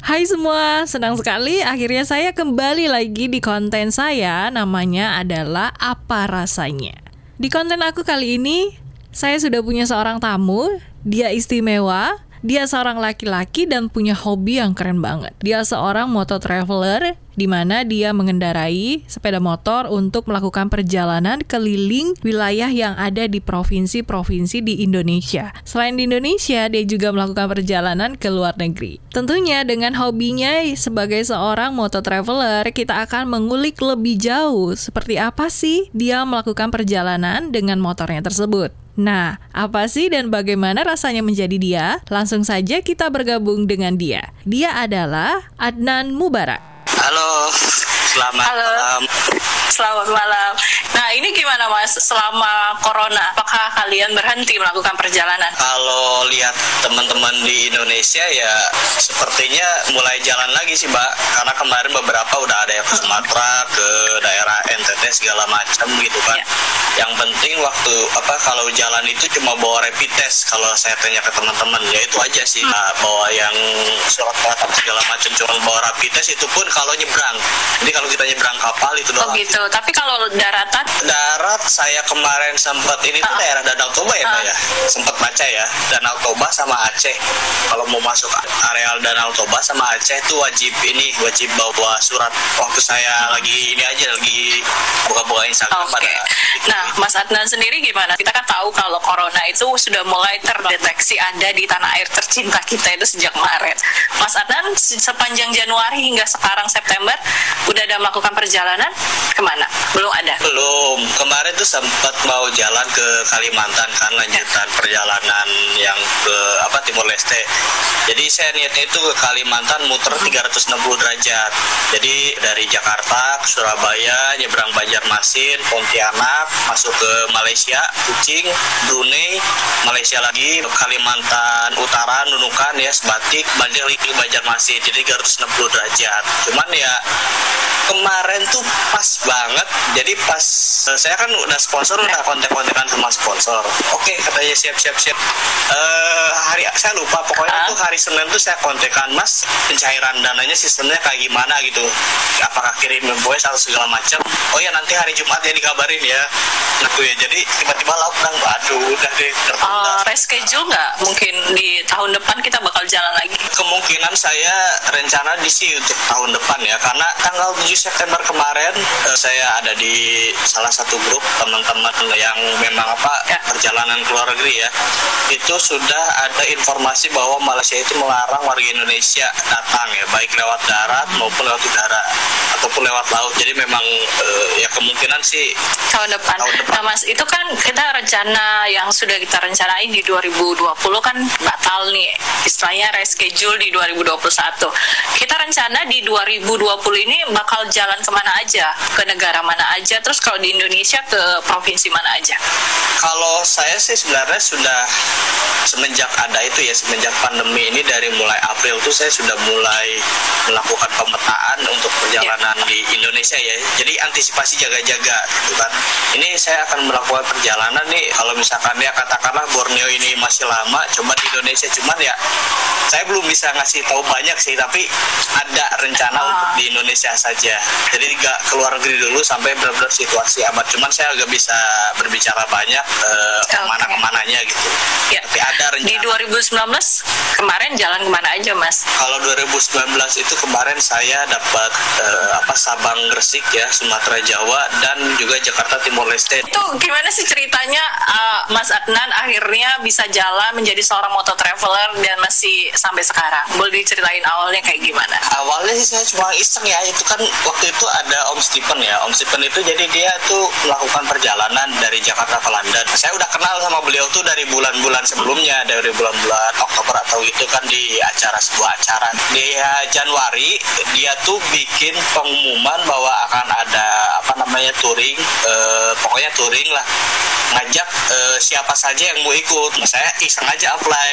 Hai semua, senang sekali akhirnya saya kembali lagi di konten saya, namanya adalah Apa Rasanya. Di konten aku kali ini, saya sudah punya seorang tamu, dia istimewa, dia seorang laki-laki dan punya hobi yang keren banget. Dia seorang moto traveler, di mana dia mengendarai sepeda motor untuk melakukan perjalanan keliling wilayah yang ada di provinsi-provinsi di Indonesia. Selain di Indonesia, dia juga melakukan perjalanan ke luar negeri. Tentunya dengan hobinya sebagai seorang moto traveler, kita akan mengulik lebih jauh seperti apa sih dia melakukan perjalanan dengan motornya tersebut. Nah, apa sih dan bagaimana rasanya menjadi dia? Langsung saja kita bergabung dengan dia. Dia adalah Adnan Mubarak. Halo, selamat malam. Selamat malam. Nah, ini gimana Mas selama corona? Apakah kalian berhenti melakukan perjalanan? Kalau lihat teman-teman di Indonesia ya sepertinya mulai jalan lagi sih Mbak. Karena kemarin beberapa udah ada yang ke Sumatera, ke daerah NTT segala macam gitu kan. Ya. Yang penting waktu kalau jalan itu cuma bawa rapid test. Kalau saya tanya ke teman-teman ya itu aja sih. Nah, bawa yang surat kelengkapan segala macam cuma bawa rapid test itu pun kalau nyebrang. Jadi kalau kita nyebrang kapal itu doang. Oh gitu. Tapi kalau daratan? Darat saya kemarin sempat ini tuh daerah Danau Toba ya Mbak ya. Sempat baca ya, Danau Toba sama Aceh. Kalau mau masuk areal Danau Toba sama Aceh itu wajib bawa surat. Waktu saya lagi buka-buka Instagram pada. Nah, Mas Adnan sendiri gimana? Kita kan tahu kalau corona itu sudah mulai terdeteksi ada di tanah air tercinta kita itu sejak Maret. Mas Adnan sepanjang Januari hingga sekarang September udah ada melakukan perjalanan kemana? Belum ada? Belum. Kemarin tuh sempat mau jalan ke Kalimantan kan lanjutan perjalanan yang ke Timor Leste. Jadi saya niatnya itu ke Kalimantan muter 360 derajat. Jadi dari Jakarta ke Surabaya, nyebrang Banjarmasin, Pontianak, masuk ke Malaysia, Kuching, Brunei, Malaysia lagi, Kalimantan Utara, Nunukan ya, Sebatik, balik lagi ke Banjarmasin. Jadi 360 derajat. Cuman ya kemarin tuh pas banget. Jadi pas saya kan udah sponsor, udah kontak-kontakan sama sponsor. Oke, katanya siap. Hari saya lupa pokoknya tuh hari Senin tuh saya kontekan Mas, pencairan dananya sistemnya kayak gimana gitu, apakah kirim invoice atau segala macam. Oh ya nanti hari Jumat ya dikabarin ya. Nah tuh ya, jadi tiba-tiba lockdown. Aduh, udah deh tertunda. Reschedule nggak? Mungkin di tahun depan kita bakal jalan lagi? Kemungkinan saya rencana untuk tahun depan ya, karena tanggal 7 September kemarin saya ada di salah satu grup teman-teman yang memang perjalanan ke luar negeri ya. Itu sudah ada informasi bahwa Malaysia itu melarang warga Indonesia datang ya, baik lewat darat maupun lewat udara ataupun lewat laut. Jadi memang ya kemungkinan sih tahun depan. Nah Mas, itu kan kita rencana yang sudah kita rencanain di 2020 kan batal nih, istilahnya reschedule di 2021. Kita rencana di 2020 ini bakal jalan kemana aja, ke negara mana aja, terus kalau di Indonesia ke provinsi mana aja? Kalau saya sih sebenarnya sudah semenjak pandemi ini, dari mulai April tuh saya sudah mulai melakukan pemetaan untuk perjalanan di Indonesia ya. Jadi antisipasi jaga-jaga gitu kan. Ini saya akan melakukan perjalanan nih, kalau misalkan ya katakanlah Borneo ini masih lama, coba di Indonesia, cuman ya saya belum bisa ngasih tahu banyak sih, tapi ada rencana untuk di Indonesia saja. Jadi nggak keluar negeri dulu sampai benar-benar situasi aman. Cuman saya agak bisa berbicara banyak kemana-kemananya gitu. Ya. Tapi ada rencana. Di 2019 kemarin jalan kemana aja Mas? Kalau 2019 itu kemarin saya dapat Sabang Gresik ya, Sumatera Jawa, dan juga Jakarta Timor Leste. Itu gimana sih ceritanya Mas Adnan akhirnya bisa jalan menjadi seorang moto traveler dan masih sampai sekarang? Boleh diceritain awalnya kayak gimana? Awalnya sih saya cuma iseng ya, itu kan waktu itu ada Om Stephen ya. Om Stephen itu jadi dia tuh melakukan perjalanan dari Jakarta ke London. Saya udah kenal sama beliau tuh dari bulan-bulan sebelumnya, dari bulan-bulan Oktober atau itu kan di sebuah acara. Di Januari dia tuh bikin pengumuman bahwa akan ada touring, pokoknya touring lah, ngajak siapa saja yang mau ikut. Nah, saya iseng aja apply. Nah kebetulan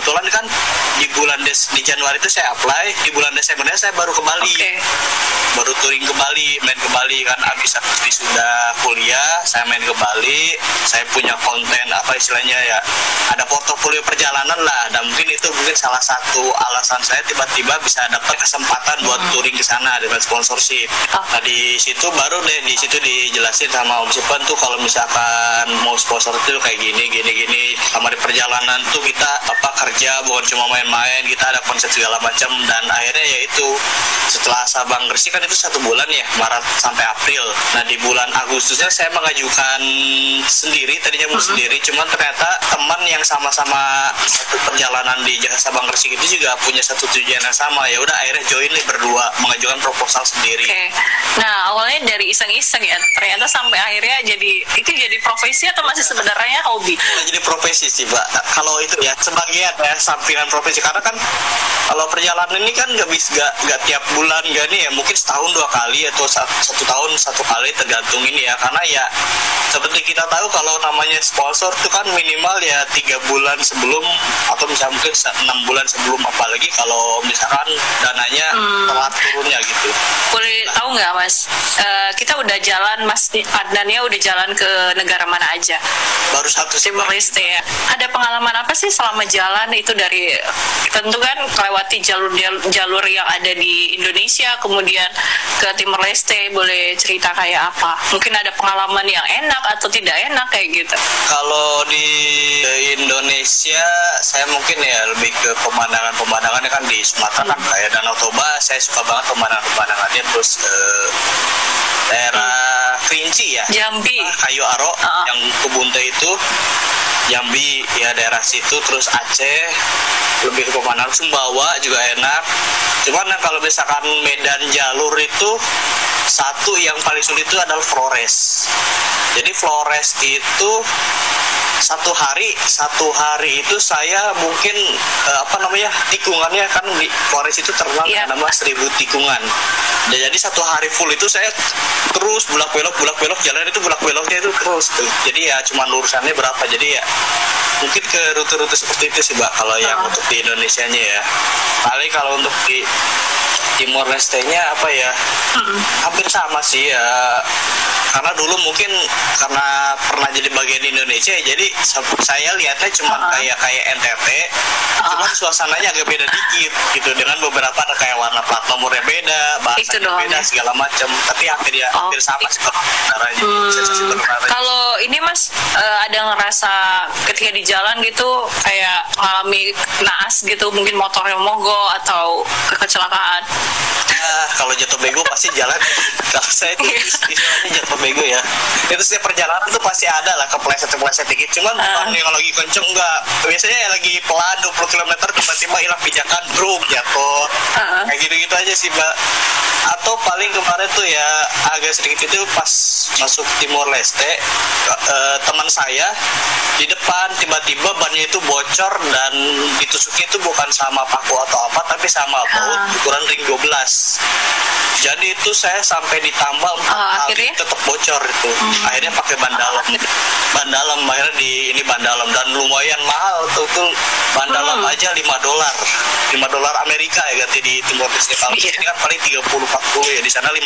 kebetulan kan di Januari itu saya apply, di bulan Desembernya saya baru ke Bali. Baru touring ke Bali, main ke Bali kan, habis sudah kuliah saya main ke Bali. Saya punya konten apa istilahnya ya, ada portofolio perjalanan lah, dan mungkin itu salah satu alasan saya tiba-tiba bisa dapat kesempatan buat touring ke sana dengan sponsorship. Nah di situ baru dijelasin sama Om Sipan tuh kalau misalkan mau sponsor itu kayak gini sama di perjalanan tuh kita kerja bukan cuma main-main, kita ada konsep segala macam. Dan akhirnya yaitu setelah Sabang Gresik kan itu 1 bulan ya, Maret sampai April. Nah di bulan Agustusnya saya mengajukan sendiri, tadinya mau sendiri, cuman ternyata teman yang sama-sama satu perjalanan di Sabang Gresik itu juga punya satu tujuan yang sama. Ya udah akhirnya join nih berdua mengajukan proposal sendiri. Nah awalnya dari iseng-iseng ya, ternyata sampai akhirnya jadi profesi atau masih sebenarnya hobi? Jadi profesi sih Mbak. Kalau itu ya sebagian ya sampingan profesi, karena kan kalau perjalanan ini kan nggak tiap bulan nggak nih ya, mungkin setahun 2 kali atau 1 tahun 1 kali tergantung ini ya. Karena ya seperti kita tahu kalau namanya sponsor itu kan minimal ya 3 bulan sebelum, atau misalnya mungkin 6 bulan sebelum, apalagi kalau misalkan dananya telat turunnya gitu. Boleh tahu nggak Mas, kita udah jalan, Mas Adnannya udah jalan ke negara mana aja? Baru 1 Timor Leste ya. Ada pengalaman apa sih selama jalan itu, dari tentu kan melewati jalur yang ada di Indonesia kemudian ke Timor Leste, boleh cerita kayak apa? Mungkin ada pengalaman yang enak atau tidak enak kayak gitu. Kalau di Indonesia saya mungkin ya lebih ke pemandangannya kan di Sumatera kan, kayak Danau Toba saya suka banget pemandangannya. Terus daerah Kerinci ya, Jambi, Kayu Aro yang Kebunte itu Jambi ya, daerah situ. Terus Aceh lebih ke pemandangan. Sumbawa juga enak. Cuman kalau misalkan medan jalur itu satu yang paling sulit itu adalah Flores. Jadi Flores itu satu hari itu saya mungkin tikungannya kan di Flores itu terkenal nama 1000 tikungan. Dan jadi satu hari full itu saya terus bulak belok jalan itu bulak beloknya itu terus tuh. Jadi ya cuma lurusannya berapa. Jadi ya mungkin ke rute-rute seperti itu sih Mbak kalau yang untuk di Indonesianya ya. Paling kalau untuk di Timor Leste-nya hampir sama sih ya. Karena dulu mungkin karena pernah jadi bagian Indonesia, jadi saya lihatnya cuma kayak NTT, cuma suasananya agak beda dikit gitu, dengan beberapa ada kayak warna plat nomornya beda, bahasanya beda segala macam. Tapi hampir sama sih caranya. Kalau ini Mas ada ngerasa ketika di jalan gitu kayak mengalami naas gitu, mungkin motornya mogok atau kecelakaan? Kalau jatuh bego pasti jalan. Kalau saya itu istilahnya jatuh bego ya. Itu setiap perjalanan itu pasti ada lah kepleset dikit. Cuman bukan yang lagi kenceng, enggak. Biasanya lagi pelan 20 km tiba-tiba hilang pijakan, jatuh. Kayak gitu-gitu aja sih Mbak. Atau paling kemarin tuh ya agak sedikit itu pas masuk Timor Leste, teman saya di depan tiba-tiba bannya itu bocor dan ditusuknya itu bukan sama paku atau apa, tapi sama baut ukuran ring 12. Jadi itu saya sampai ditambal 4 kali tetap bocor itu. Akhirnya pakai ban dalam akhirnya ban dalam, dan lumayan mahal tuh ban dalam aja $5 Amerika ya ganti di Timor Leste. Kalau di sini kan paling 30-40 ya, di sana $5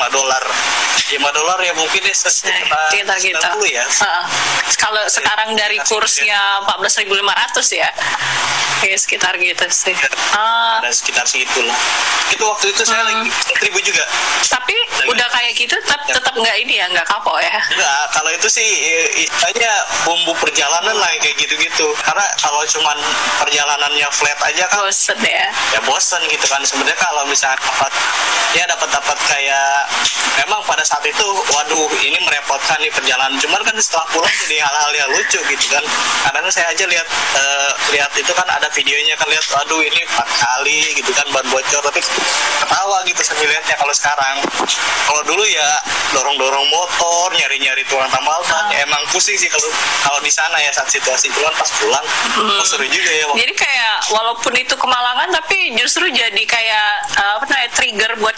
ya mungkin ya sekitar 90 ya. Kalau sekarang dari kursnya 14.500 ya, kayak sekitar gitu sih. Dan sekitar segitulah. Itu waktu itu saya lagi 1000 juga. Tapi udah kayak gitu tetap nggak kapok ya? Enggak, kalau itu sih istilahnya bumbu perjalanan lah kayak gitu-gitu. Karena kalau cuman perjalanannya flat aja kan bosen ya. Ya bosen gitu kan. Sebenarnya kalau misalnya dapat kayak memang pada saat itu waduh ini merepotkan nih perjalanan. Cuman kan setelah pulang jadi hal-hal yang lucu gitu kan. Kadang saya aja lihat itu kan ada videonya kan, lihat aduh ini 4 kali gitu kan ban bocor, tapi ketawa gitu sambil lihatnya. Kalau sekarang, kalau dulu ya dorong motor, nyari tulang tambal ban, ya emang pusing sih kalau di sana ya saat situasi. Cuman pas pulang seru juga ya. Jadi kayak walaupun itu kemalangan tapi justru jadi kayak trigger buat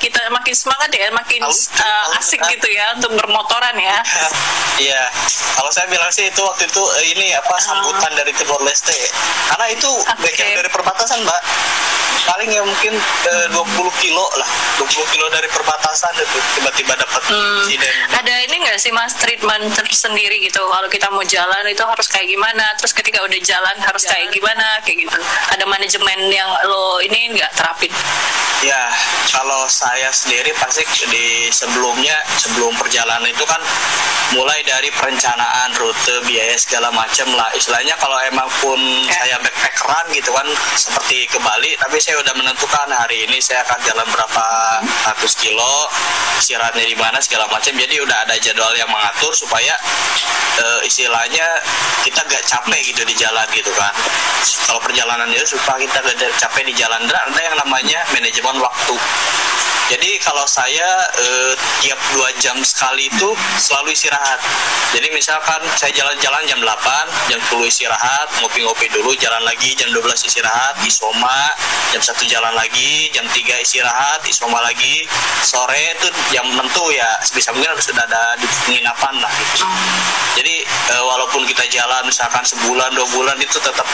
kita makin semangat ya, makin asik gitu ya untuk bermotoran ya. Iya, kalau saya bilang sih itu waktu itu ini apa sambutan dari Timor Leste, karena itu jauh dari perbatasan, Mbak. Paling ya mungkin 20 kilo lah, 20 kilo dari perbatasan itu tiba-tiba dapat insiden. Ada ini nggak sih Mas treatment tersendiri gitu? Kalau kita mau jalan itu harus kayak gimana? Terus ketika udah jalan harus kayak gimana? Kayak gitu. Ada manajemen yang lo ini nggak terapin? Ya, kalau saya sendiri pasti sebelum perjalanan itu kan mulai dari perencanaan rute, biaya segala macam lah. Istilahnya kalau emang pun saya backpackeran gitu kan seperti ke Bali, tapi saya udah menentukan hari ini saya akan jalan berapa ratus kilo, istirahatnya di mana segala macam. Jadi udah ada jadwal yang mengatur supaya istilahnya kita gak capek gitu di jalan gitu kan. Kalau perjalanannya supaya kita gak capek di jalan, dan ada yang namanya manajemen waktu. Jadi kalau saya tiap 2 jam sekali itu selalu istirahat. Jadi misalkan saya jalan-jalan jam 8, jam 10 istirahat, ngopi-ngopi dulu, jalan lagi, jam 12 istirahat, isoma, jam 1 jalan lagi, jam 3 istirahat, isoma lagi, sore itu jam menentu ya, sebisa mungkin harus sudah ada di penginapan lah gitu. Jadi walaupun kita jalan misalkan sebulan, 2 bulan itu tetap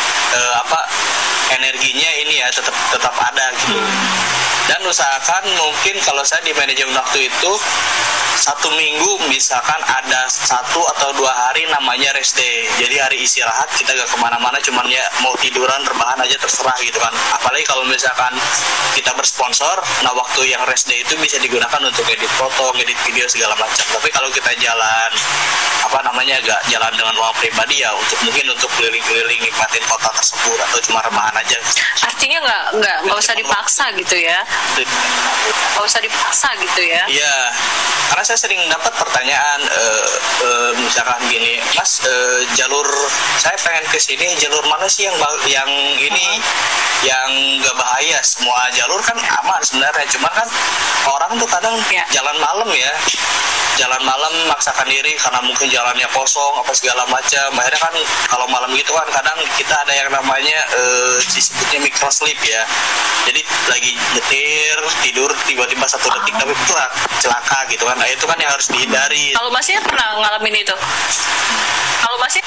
energinya ini ya tetap ada gitu. Dan usahakan mungkin kalau saya di manajemen waktu itu 1 minggu misalkan ada 1 atau 2 hari namanya rest day. Jadi hari istirahat, kita gak kemana-mana, cuman ya mau tiduran rebahan aja terserah gitu kan. Apalagi kalau misalkan kita bersponsor, nah waktu yang rest day itu bisa digunakan untuk edit foto, edit video segala macam. Tapi kalau kita jalan agak jalan dengan uang pribadi ya mungkin untuk keliling-keliling nikmatin kota tersebut atau cuma rebahan aja. Artinya nggak usah dipaksa gitu ya? Nggak usah dipaksa gitu ya? Iya, karena saya sering dapat pertanyaan misalkan gini, Mas, jalur saya pengen ke sini, jalur mana sih yang ini yang nggak bahaya? Semua jalur kan aman sebenarnya, cuma kan orang tuh kadang jalan malam ya, jalan malam maksakan diri karena mungkin jalannya kosong apa segala macam. Akhirnya kan kalau malam gitu kan kadang kita ada yang namanya disebutnya micro sleep ya. Jadi lagi nyetir tidur tiba-tiba 1 detik tapi celaka gitu kan. Nah itu kan yang harus dihindari. Kalau Masnya pernah ngalamin itu? Kalau Masnya?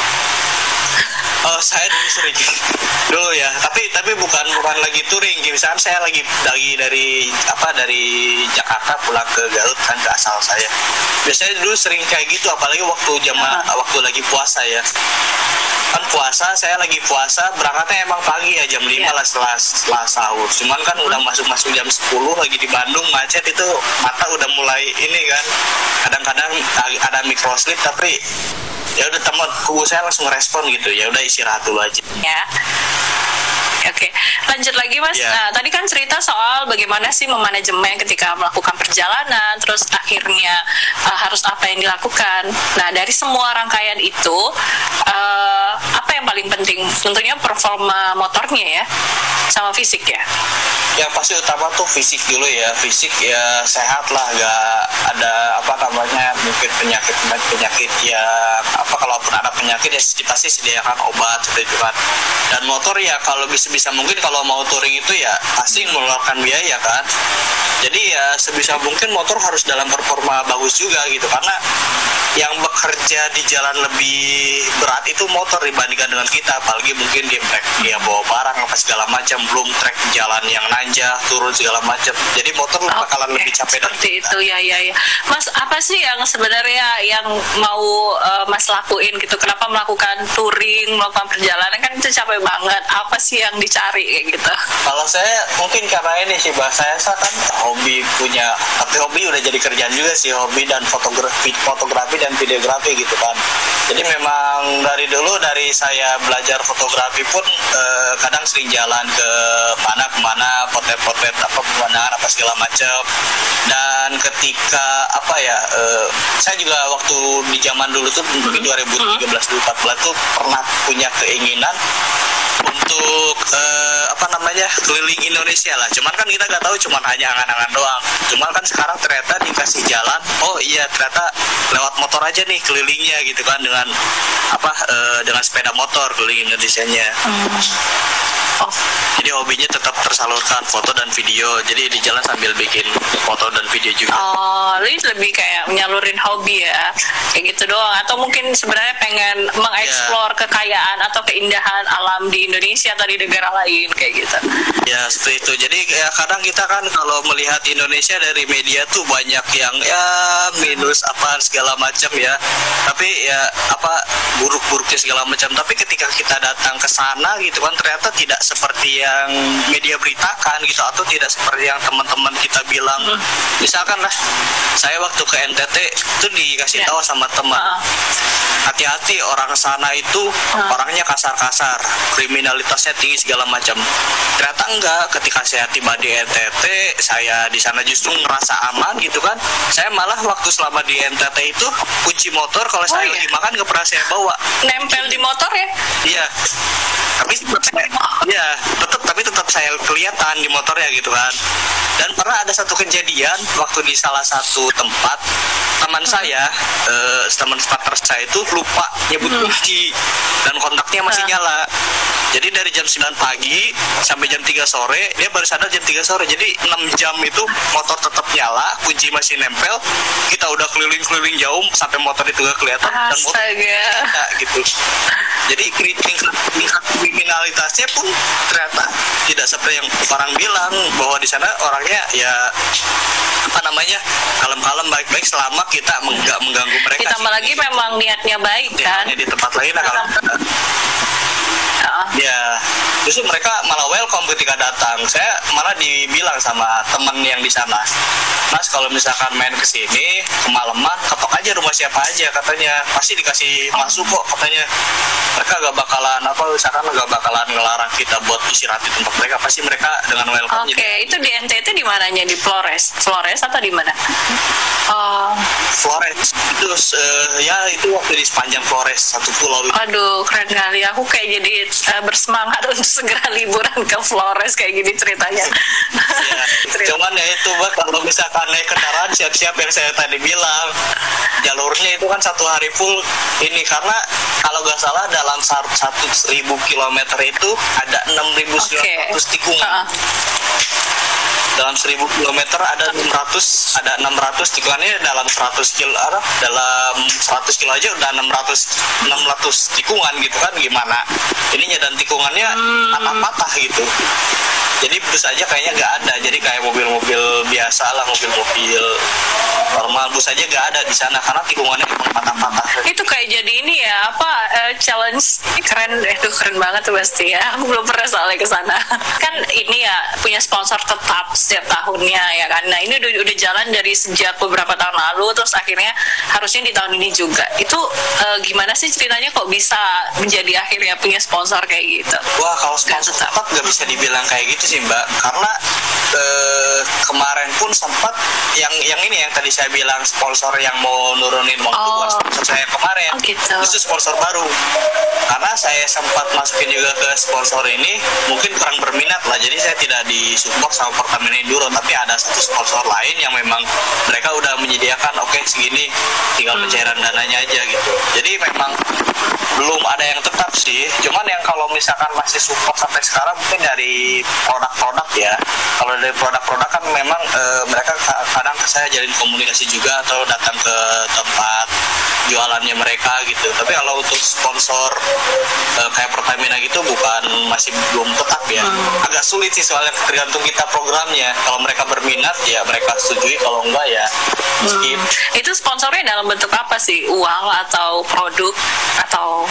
Oh, saya dulu sering dulu ya, tapi bukan lagi touring. Misalkan saya lagi dari Jakarta pulang ke Garut kan, ke asal saya. Biasanya dulu sering kayak gitu, apalagi waktu lagi puasa ya. Kan puasa, saya lagi puasa berangkatnya emang pagi ya, jam 5 lah setelah sahur. Cuman kan udah masuk jam 10 lagi di Bandung, macet itu mata udah mulai ini kan. Kadang-kadang ada micro sleep, tapi ya udah teman kubu saya langsung respon gitu, ya udah istirahat dulu aja ya. Oke, lanjut lagi Mas. Nah, tadi kan cerita soal bagaimana sih memanajemen ketika melakukan perjalanan, terus akhirnya harus apa yang dilakukan. Nah, dari semua rangkaian itu, apa yang paling penting? Tentunya performa motornya ya, sama fisik ya. Yang pasti utama tuh fisik dulu ya, fisik ya sehat lah, gak ada mungkin penyakit yang kalaupun ada penyakit ya pasti sediakan obat seperti itu kan. Dan motor ya kalau bisa mungkin kalau mau touring itu ya pasti mengeluarkan biaya kan. Jadi ya sebisa mungkin motor harus dalam performa bagus juga gitu, karena yang bekerja di jalan lebih berat itu motor dibandingkan dengan kita, apalagi mungkin dia bawa barang apa segala macam, belum trek jalan yang nanjak turun segala macam. Jadi motor bakalan lebih capek seperti itu ya. Mas, apa sih yang sebenarnya yang mau Mas lakuin gitu? Kenapa melakukan touring, melakukan perjalanan, kan itu capek banget. Apa sih yang dicari kayak gitu? Kalau saya mungkin karena ini sih, saya kan hobi punya, tapi hobi udah jadi kerjaan juga sih, hobi dan fotografi dan videografi gitu kan. Jadi memang dari dulu, dari saya belajar fotografi pun kadang sering jalan ke kemana potret pemandangan apa segala macam. Dan ketika saya juga waktu di zaman dulu tuh mungkin 2013-2014 tuh pernah punya keinginan untuk keliling Indonesia lah. Cuman kan kita nggak tahu, cuman hanya angan-angan doang. Cuman kan sekarang ternyata dikasih jalan, oh iya ternyata lewat motor aja nih kelilingnya gitu kan, dengan dengan sepeda motor keliling Indonesianya. Jadi hobinya tetap tersalurkan foto dan video. Jadi di jalan sambil bikin foto dan video juga. Oh, lu lebih kayak nyalurin hobi ya, kayak gitu doang. Atau mungkin sebenarnya pengen mengeksplor kekayaan atau keindahan alam di Indonesia atau di negara lain kayak gitu. Ya seperti itu. Jadi ya kadang kita kan kalau melihat Indonesia dari media tuh banyak yang ya minus apa segala macam ya. Tapi ya apa buruk-buruknya segala macam. Tapi ketika kita datang ke sana gitu kan ternyata tidak seperti yang media beritakan gitu, atau tidak seperti yang teman-teman kita bilang. Misalkan lah saya waktu ke NTT itu dikasih tahu sama teman, hati-hati orang sana itu orangnya kasar-kasar, kriminalitasnya tinggi segala macam. Ternyata enggak, ketika saya tiba di NTT, saya di sana justru ngerasa aman gitu kan. Saya malah waktu selama di NTT itu kunci motor kalau saya lagi makan nggak pernah saya bawa. Nempel di motor ya? Iya. Tapi tetap saya kelihatan di motornya gitu kan. Dan pernah ada satu kejadian waktu di salah satu tempat teman saya, teman partner saya itu lupa nyebut kunci dan kontaknya masih nyala. Jadi dari jam 9 pagi sampai jam 3 sore, dia baru sadar jam 3 sore. Jadi 6 jam itu motor tetap nyala, kunci masih nempel. Kita udah keliling-keliling jauh sampai motor itu gak kelihatan. Dan motor gitu. Jadi kriminalitasnya pun ternyata tidak seperti yang orang bilang, bahwa di sana orangnya ya apa namanya kalem-kalem, baik-baik selama kita nggak mengganggu mereka. Ditambah lagi memang niatnya baik kan? Di tempat lain kalau ya justru mereka malah welcome ketika datang. Saya malah dibilang sama temen yang di sana, Mas kalau misalkan main ke sini kemalaman ketok aja rumah siapa aja, katanya pasti dikasih masuk kok, katanya mereka gak bakalan gak bakalan ngelarang kita buat istirahat di tempat mereka, pasti mereka dengan welcome. Oke, itu di NTT di mananya, di Flores atau di mana? Flores itu ya itu waktu di sepanjang Flores satu pulau itu. Aduh keren kali, aku kayak jadi bersemangat untuk segera liburan ke Flores kayak gini ceritanya. Ya, cuman ya itu Mbak, kalau misalkan naik kendaraan siap-siap yang saya tadi bilang, jalurnya itu kan satu hari full ini, karena kalau nggak salah dalam 1.000 kilometer itu ada 6.900 tikungan. Dalam 1.000 kilometer ada 600 tikungannya. Dalam 100 kilo aja udah 600 tikungan gitu kan, gimana ininya, dan tikungannya patah-patah gitu. Jadi bus aja kayaknya nggak ada, jadi kayak mobil-mobil biasa lah, mobil-mobil normal, bus aja nggak ada di sana karena tikungannya patah-patah. Itu kayak jadi ini ya, challenge keren, keren banget tuh pasti ya. Aku belum pernah soalnya ke sana. Kan ini ya punya sponsor tetap setiap tahunnya ya kan. Nah ini udah jalan dari sejak beberapa tahun lalu, terus akhirnya harusnya di tahun ini juga. Itu gimana sih ceritanya kok bisa menjadi akhirnya punya sponsor kayak gitu? Wah, kalau sponsor tetap nggak bisa dibilang kayak gitu sih Mbak, karena kemarin pun sempat yang ini yang tadi saya bilang sponsor yang mau nurunin uang itu bukan sponsor saya kemarin, gitu. Itu sponsor baru. Karena saya sempat masukin juga ke sponsor ini, mungkin kurang berminat lah, jadi saya tidak disupport sama Pertamina Enduro, tapi ada satu sponsor lain yang memang mereka udah menyediakan segini, tinggal pencairan dananya aja gitu. Jadi memang belum ada yang tetap sih, cuman yang kalau misalkan masih support sampai sekarang mungkin dari produk-produk ya. Kalau dari produk-produk kan memang mereka kadang saya jalin komunikasi juga atau datang ke tempat jualannya mereka gitu. Tapi kalau untuk sponsor kayak Pertamina gitu masih belum tetap ya. Agak sulit sih soalnya, tergantung kita programnya. Kalau mereka berminat ya mereka setujui, kalau enggak ya skip. Itu sponsornya dalam bentuk apa sih? Uang atau produk atau?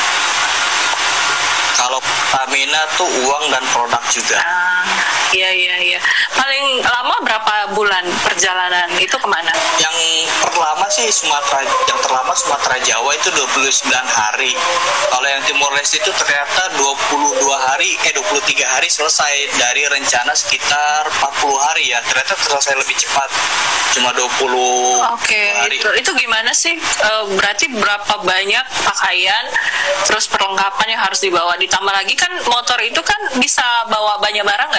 Kalau Pertamina tuh uang dan produk juga. Iya. Paling lama berapa bulan perjalanan itu kemana? Yang terlama sih Sumatera Jawa itu 29 hari. Kalau yang Timor Leste itu ternyata 23 hari selesai dari rencana sekitar 40 hari ya. Ternyata selesai lebih cepat. Cuma 20 hari. Itu gimana sih? Berarti berapa banyak pakaian terus perlengkapan yang harus dibawa? Ditambah lagi kan motor itu kan bisa bawa banyak barang nggak sih?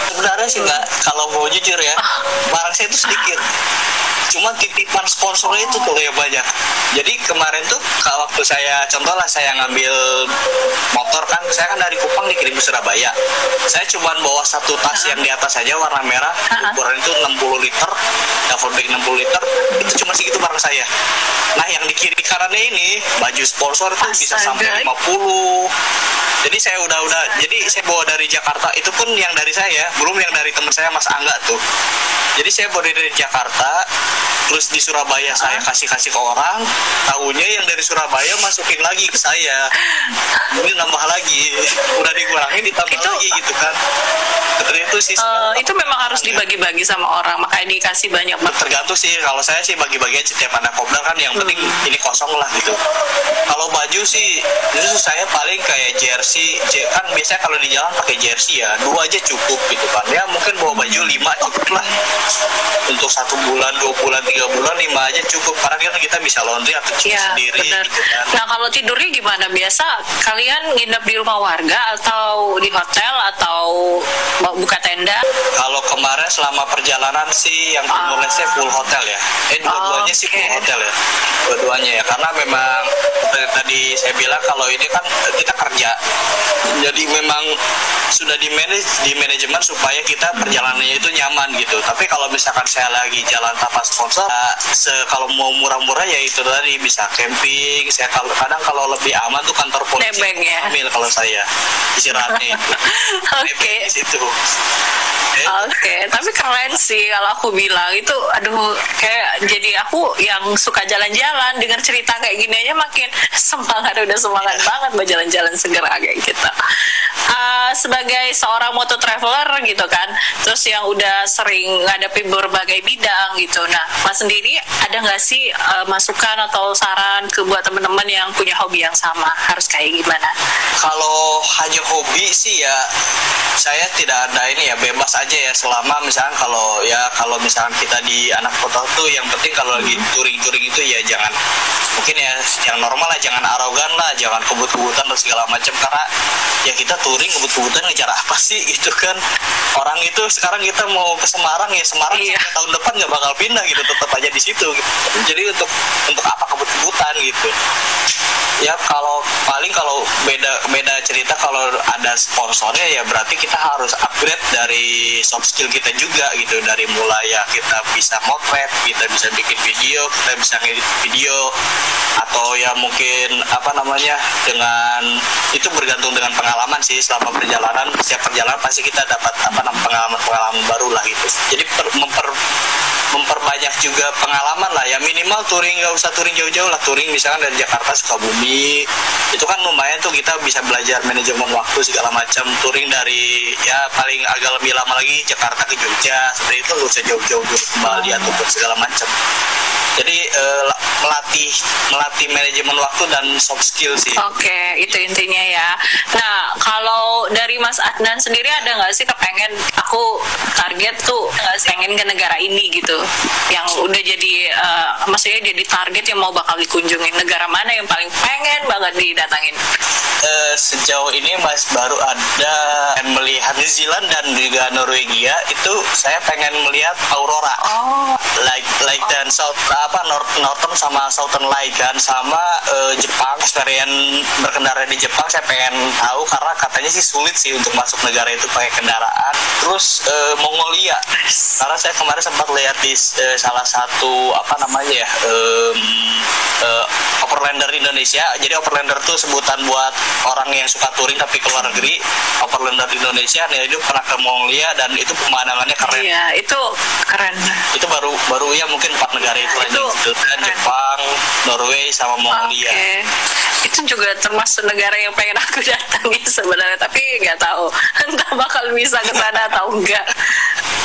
Sebenarnya sih nggak, kalau mau jujur ya, barang saya itu sedikit. Cuma titipan sponsornya itu tuh yang banyak. Jadi kemarin tuh waktu saya, contoh lah saya ngambil motor kan, saya kan dari Kupang dikirim ke Surabaya. Saya cuma bawa satu tas yang di atas saja warna merah, ukuran itu 60 liter, double bag 60 liter, itu cuma segitu barang saya. Nah yang di kiri kanannya ini, baju sponsor itu bisa sampai 50. Jadi saya udah, jadi saya bawa dari Jakarta, itu pun yang dari saya, belum yang dari teman saya Mas Angga tuh. Jadi saya bawa dari Jakarta, terus di Surabaya saya kasih ke orang, tahunya yang dari Surabaya masukin lagi ke saya. Ini nambah lagi, udah dikurangin ditambah itu, lagi gitu kan. Seperti itu sih. Itu memang harus dibagi-bagi sama orang, makanya dikasih banyak. Tergantung sih, kalau saya sih bagi-bagi aja setiap anak kopdar kan, yang penting ini kosong lah gitu. Kalau baju sih, itu saya paling kayak jersey, kan biasanya kalau di jalan pakai jersey ya, 2 aja cukup gitu kan. Ya mungkin bawa baju 5 cukup lah. Untuk 1 bulan, 2 bulan, 3 bulan, 5 aja cukup. Karena kita bisa laundry atau cuci sendiri gitu kan. Nah kalau tidurnya gimana? Biasa kalian nginep di rumah warga atau di hotel atau buka tenda? Kalau kemarin selama perjalanan sih yang mulainya full hotel ya. Dua-duanya sih full hotel ya. Dua-duanya ya. Karena memang tadi saya bilang kalau ini kan kita kerja. Jadi memang sudah di manajemen supaya kita perjalanannya itu nyaman gitu. Tapi kalau misalkan saya lagi jalan tanpa sponsor, kalau mau murah-murah ya itu tadi bisa camping. Saya kadang kalau lebih aman tuh kantor polisi ambil kalau saya istirahatnya itu. Oke. Di situ. Oke, tapi keren sih kalau aku bilang itu, aduh, kayak jadi aku yang suka jalan-jalan dengar cerita kayak gini aja makin semangat, udah semangat banget mau jalan-jalan segera kayak gitu. Sebagai seorang moto traveler gitu kan, terus yang udah sering ngadepin berbagai bidang gitu. Nah, Mas sendiri ada nggak sih masukan atau saran ke buat teman-teman yang punya hobi yang sama, harus kayak gimana? Kalau hanya hobi sih ya, saya tidak ada ini ya, bebas aja ya, selama misalkan kalau misalkan kita di anak kota tuh yang penting kalau lagi touring itu ya jangan, mungkin ya yang normal lah, jangan arogan lah, jangan kebut-kebutan dan segala macam. Karena ya kita touring kebut-kebutan ngejar apa sih gitu kan. Orang itu sekarang kita mau ke Semarang ya, Semarang tahun depan nggak bakal pindah gitu, tetap aja di situ gitu. Jadi untuk apa kebut-kebutan gitu ya. Kalau beda cerita kalau ada sponsornya ya berarti kita harus upgrade dari soft skill kita juga gitu. Dari mulai ya kita bisa motret, kita bisa bikin video, kita bisa ngedit video, atau ya mungkin dengan itu bergantung dengan pengalaman sih. Selama perjalanan, setiap perjalanan pasti kita dapat pengalaman baru lah gitu. Jadi memperbanyak juga pengalaman lah ya, minimal touring, nggak usah touring jauh-jauh lah, touring misalkan dari Jakarta Sukabumi itu kan lumayan tuh, kita bisa belajar manajemen waktu segala macam. Touring dari ya paling agak lebih lama lagi Jakarta ke Jogja, seperti itu nggak usah jauh-jauh ke Bali atau segala macam. Jadi melatih manajemen waktu dan soft skill sih. Oke, itu intinya ya. Nah, kalau dari Mas Adnan sendiri ada nggak sih kepengen, aku target tuh pengen ke negara ini gitu, yang udah jadi maksudnya jadi target yang mau bakal dikunjungin, negara mana yang paling pengen banget didatangin? Sejauh ini Mas baru ada melihat New Zealand dan juga Norwegia. Itu saya pengen melihat aurora, like dan northern sama southern light kan, sama Jepang. Experience berkendara di Jepang saya pengen tahu, karena katanya sih sulit sih untuk masuk negara itu pakai kendaraan. Terus Mongolia, karena saya kemarin sempat lihat di salah satu Overlander Indonesia. Jadi Overlander tuh sebutan buat orang yang suka touring tapi keluar negeri. Overlander Indonesia, nih itu pernah ke Mongolia dan itu pemandangannya keren. Iya, itu keren. Itu baru ya mungkin 4 negara itu aja gitu kan, Jepang, Norway sama Mongolia. Itu juga termasuk negara yang pengen aku datangi sebenarnya, tapi nggak tahu entah bakal bisa ke sana atau enggak.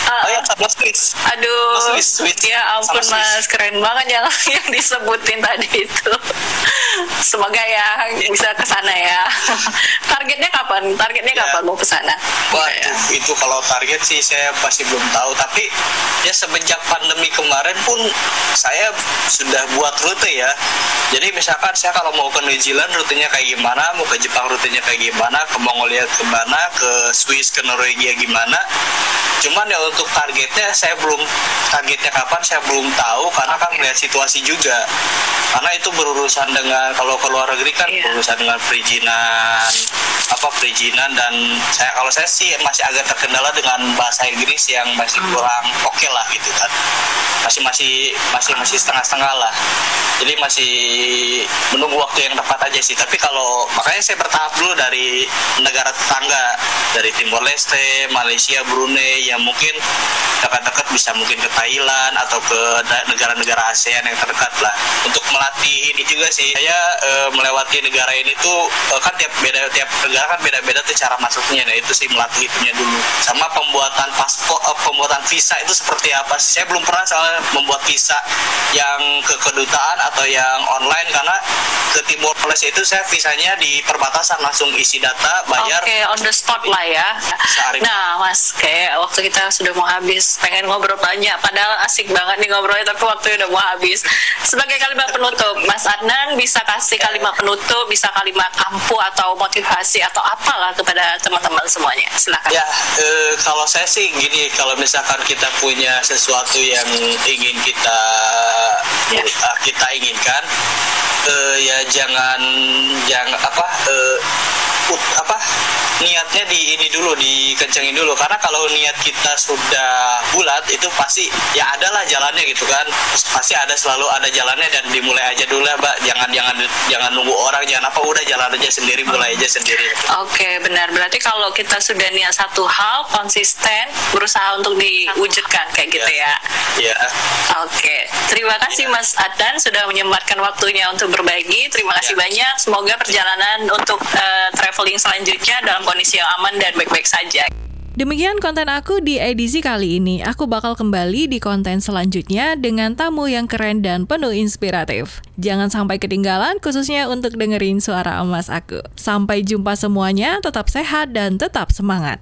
Oh ya, sama Swiss. Aduh, Swiss. ya ampun Sama Mas, keren banget yang disebutin tadi itu. Semoga ya bisa ke sana ya. Targetnya kapan? Kapan mau ke sana? Wah, itu kalau target sih saya pasti belum tahu. Tapi ya semenjak pandemi kemarin pun saya sudah buat rute ya. Jadi misalkan saya kalau mau ke New Zealand rutenya kayak gimana, mau ke Jepang rutenya kayak gimana, ke Mongolia kemana, ke Swiss, ke Norwegia gimana. Cuman ya untuk targetnya targetnya kapan saya belum tahu karena kan melihat situasi juga. Karena itu berurusan dengan kalau ke luar negeri kan berurusan dengan perizinan dan kalau saya sih masih agak terkendala dengan bahasa Inggris yang masih kurang oke lah gitu kan. Masih setengah-setengah lah. Jadi masih menunggu waktu yang tepat aja sih. Tapi makanya saya bertahap dulu dari negara tetangga, dari Timor Leste, Malaysia, Brunei, yang mungkin dekat-dekat bisa mungkin ke Thailand atau ke negara-negara ASEAN yang terdekat lah. Untuk melatih ini juga sih, saya melewati negara ini tuh kan tiap negara kan beda-beda tuh cara masuknya. Nah itu sih melatih itunya dulu. Sama pembuatan paspor, pembuatan visa itu seperti apa? Saya belum pernah soalnya membuat visa yang ke kedutaan atau yang online karena ke Timor Leste itu saya visanya di perbatasan langsung isi data, bayar. Oke, on the spot lah ya. Nah, Mas, kayak waktu kita sudah mau habis, pengen ngobrol banyak, padahal asik banget nih ngobrolnya, tapi waktunya udah mau habis. Sebagai kalimat penutup, Mas Adnan bisa kasih kalimat penutup, bisa kalimat ampuh atau motivasi atau apalah kepada teman-teman semuanya. Silakan. Ya, kalau saya sih gini, kalau misalkan kita punya sesuatu yang ingin kita inginkan, ya jangan niatnya dikencengin dulu, karena kalau niat kita sudah bulat itu pasti ya adalah jalannya gitu kan, pasti selalu ada jalannya, dan dimulai aja dulu lah Mbak, jangan nunggu orang, udah jalan aja sendiri, mulai aja sendiri. Oke, benar, berarti kalau kita sudah niat satu hal, konsisten berusaha untuk diwujudkan kayak gitu ya. Iya. Oke, terima kasih Mas Adnan sudah menyempatkan waktunya untuk berbagi. Terima kasih banyak. Semoga perjalanan untuk traveling selanjutnya dalam kondisi yang aman dan baik-baik saja. Demikian konten aku di edisi kali ini. Aku bakal kembali di konten selanjutnya dengan tamu yang keren dan penuh inspiratif. Jangan sampai ketinggalan, khususnya untuk dengerin suara emas aku. Sampai jumpa semuanya, tetap sehat dan tetap semangat.